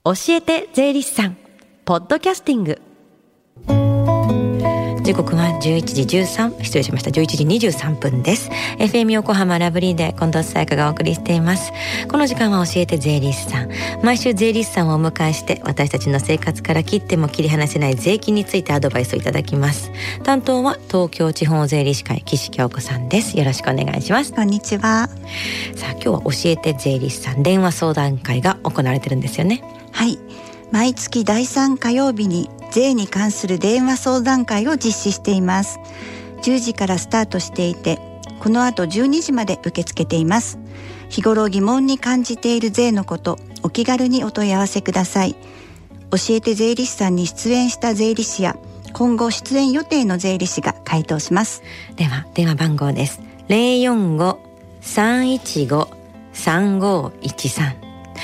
教えて税理士さんポッドキャスティング。時刻は11時23分です。 FM 横浜ラブリーで近藤沙耶香がお送りしています。この時間は教えて税理士さん、毎週税理士さんをお迎えして私たちの生活から切っても切り離せない税金についてアドバイスをいただきます。担当は東京地方税理士会岸京子さんです。よろしくお願いします。 こんにちは。 さあ今日は教えて税理士さん電話相談会が行われてるんですよね。 はい、毎月第3火曜日に税に関する電話相談会を実施しています。10時からスタートしていて、この後12時まで受け付けています。日頃疑問に感じている税のこと、お気軽にお問い合わせください。教えて税理士さんに出演した税理士や今後出演予定の税理士が回答します。 では電話番号です。 045-315-3513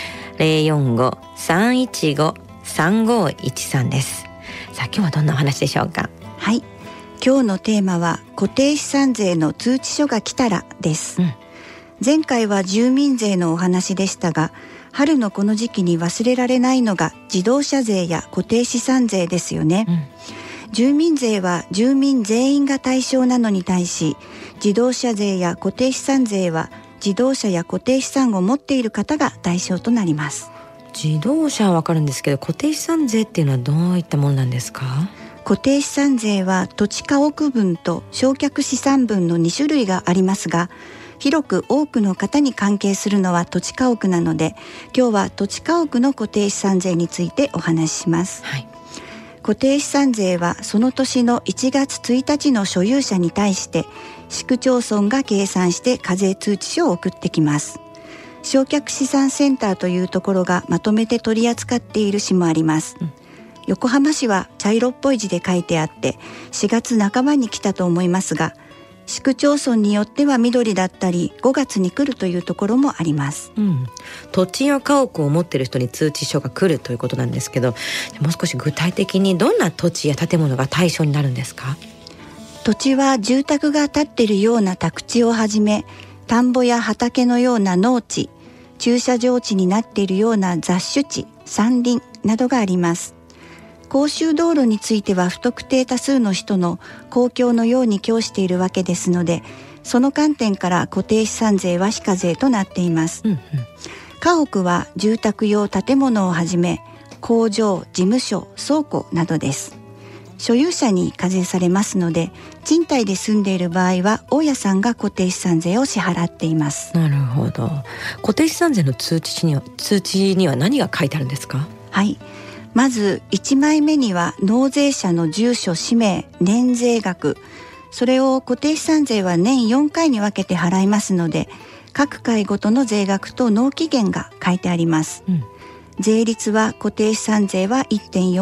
045-315-3513 です。さあ今日はどんなお話でしょうか。 はい、今日のテーマは固定資産税の通知書が来たらです、前回は住民税のお話でしたが、春のこの時期に忘れられないのが自動車税や固定資産税ですよね、住民税は住民全員が対象なのに対し、自動車税や固定資産税は自動車や固定資産を持っている方が対象となります。 自動車はわかるんですけど、固定資産税っていうのはどういったものなんですか。 固定資産税は土地家屋分と償却資産分の2種類がありますが、広く多くの方に関係するのは土地家屋なので、今日は土地家屋の固定資産税についてお話しします、固定資産税はその年の1月1日の所有者に対して市区町村が計算して課税通知書を送ってきます。償却資産センターというところがまとめて取り扱っている市もあります、横浜市は茶色っぽい字で書いてあって4月半ばに来たと思いますが、市区町村によっては緑だったり5月に来るというところもあります、 土地や家屋を持っている人に通知書が来るということなんですけど、もう少し具体的にどんな土地や建物が対象になるんですか。 土地は住宅が建っているような宅地をはじめ、田んぼや畑のような農地、駐車場地になっているような雑種地、山林などがあります。公衆道路については不特定多数の人の公共のように供しているわけですので、その観点から固定資産税は非課税となっています、家屋は住宅用建物をはじめ工場、事務所、倉庫などです。所有者に課税されますので、賃貸で住んでいる場合は大家さんが固定資産税を支払っています。 なるほど。固定資産税の通知には何が書いてあるんですか。 はい、まず1枚目には納税者の住所、氏名、年税額、それを固定資産税は年4回に分けて払いますので、各回ごとの税額と納期限が書いてあります、税率は固定資産税は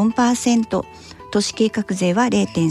1.4%、都市計画税は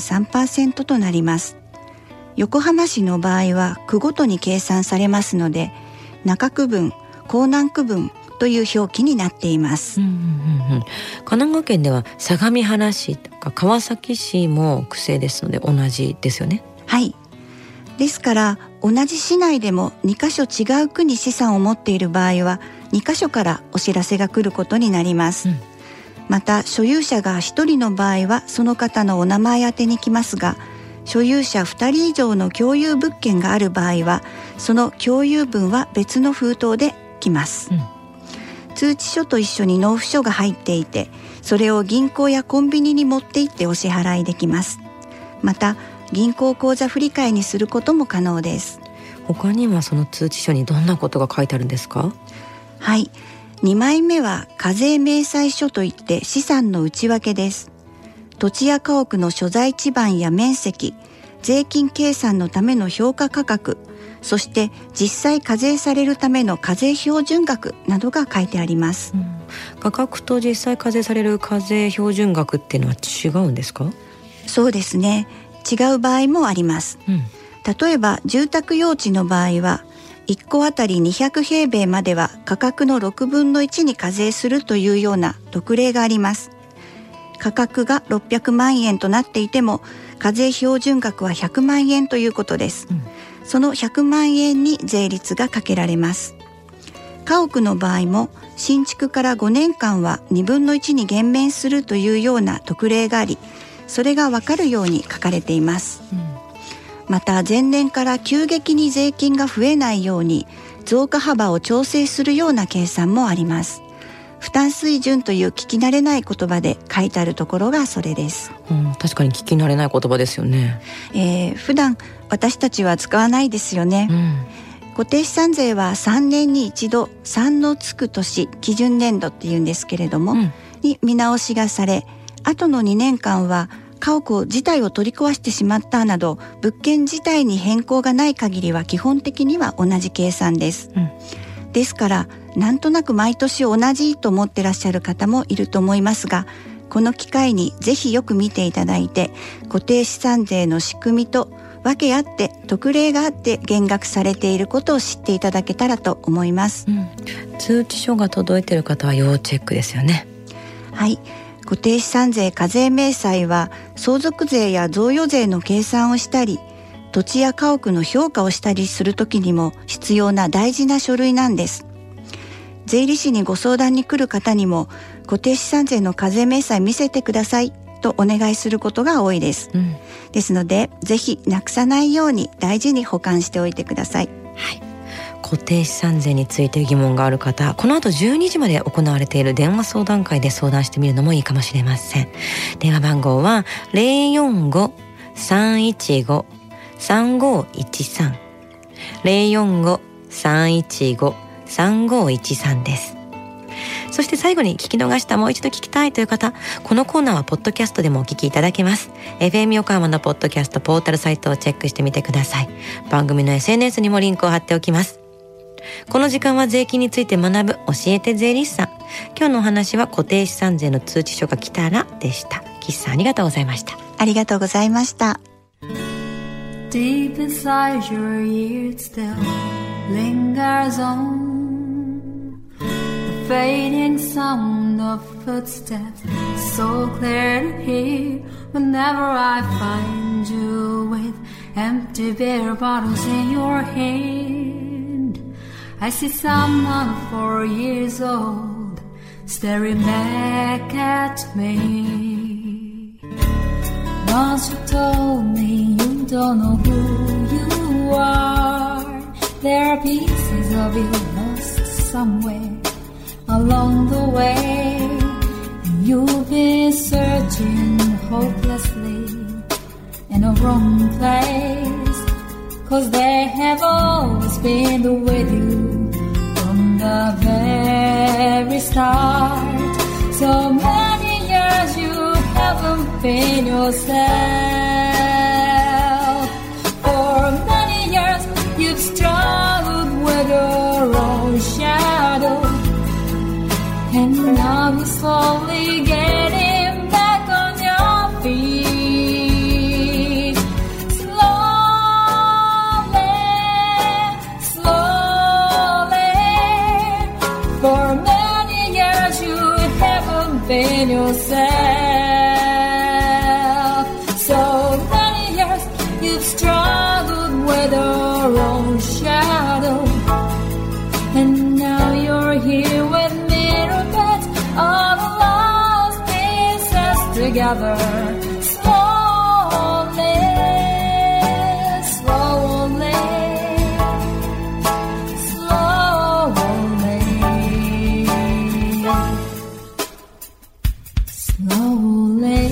0.3% となります。横浜市の場合は区ごとに計算されますので、中区分、港南区分という表記になっています、 神奈川県では相模原市とか川崎市も区制ですので同じですよね。 はい、ですから同じ市内でも2カ所違う区に資産を持っている場合は2カ所からお知らせが来ることになります、また所有者が1人の場合はその方のお名前宛てに来ますが、所有者2人以上の共有物件がある場合はその共有分は別の封筒で来ます、通知書と一緒に納付書が入っていて、それを銀行やコンビニに持って行ってお支払いできます。また銀行口座振替にすることも可能です。 他にはその通知書にどんなことが書いてあるんですか。 はい、2枚目は課税明細書といって資産の内訳です。土地や家屋の所在地番や面積、税金計算のための評価価格、そして実際課税されるための課税標準額などが書いてあります、 価格と実際課税される課税標準額っていうのは違うんですか。 そうですね、違う場合もあります、例えば住宅用地の場合は1戸あたり200平米までは価格の6分の1に課税するというような特例があります。価格が600万円となっていても課税標準額は100万円ということです、その100万円に税率がかけられます。家屋の場合も新築から5年間は2分の1に減免するというような特例があり、それがわかるように書かれています。また前年から急激に税金が増えないように増加幅を調整するような計算もあります。負担水準という聞き慣れない言葉で書いてあるところがそれです。 確かに聞き慣れない言葉ですよね。 普段私たちは使わないですよね。固定資産税は3年に一度3のつく年、基準年度っていうんですけれども、に見直しがされ、後の2年間は家屋自体を取り壊してしまったなど物件自体に変更がない限りは基本的には同じ計算です。ですからなんとなく毎年同じと思ってらっしゃる方もいると思いますが、この機会にぜひよく見ていただいて、固定資産税の仕組みと訳あって特例があって減額されていることを知っていただけたらと思います。 通知書が届いている方は要チェックですよね。 はい、固定資産税課税明細は相続税や贈与税の計算をしたり、土地や家屋の評価をしたりするときにも必要な大事な書類なんです。税理士にご相談に来る方にも固定資産税の課税明細見せてくださいとお願いすることが多いです。ですのでぜひなくさないように大事に保管しておいてください。 固定資産税について疑問がある方、この後12時まで行われている電話相談会で相談してみるのもいいかもしれません。電話番号は 045-315-3513 045-315-3513 です。そして最後に聞き逃した、もう一度聞きたいという方、このコーナーはポッドキャストでもお聞きいただけます。 FM 横浜のポッドキャストポータルサイトをチェックしてみてください。番組の SNS にもリンクを貼っておきます。この時間は税金について学ぶ教えて税理士さん。今日のお話は固定資産税の通知書が来たらでした。岸さんありがとうございました。 ありがとうございました。 Deep inside your ears still lingers on the fading sound of footsteps, so clear to hear whenever I find you with empty beer bottles in your hand. I see someone 4 years old staring back at me. Once you told me you don't know who you are. There are pieces of you lost somewhere along the way, and you've been searching hopelessly in a wrong place, 'cause they have always been with you from the very start. So many years you haven't been yourself. For many years you've struggled with your own shadow, and now you're slowly getting back on your feet. Slowly, slowly. For many years you haven't been yourself. So many years you've struggled with your own shadow, and now you're here with me to put all the lost pieces together. Slowly, slowly, slowly, slowly.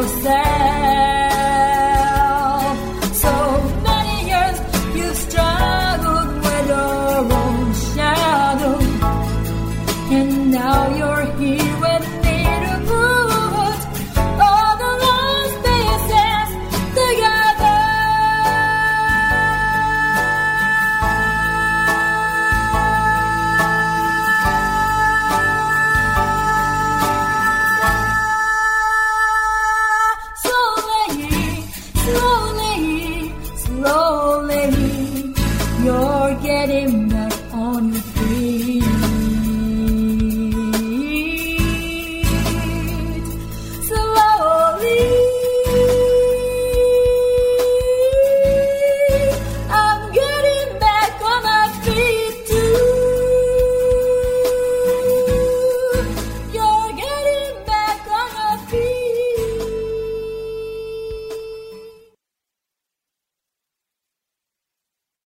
sad.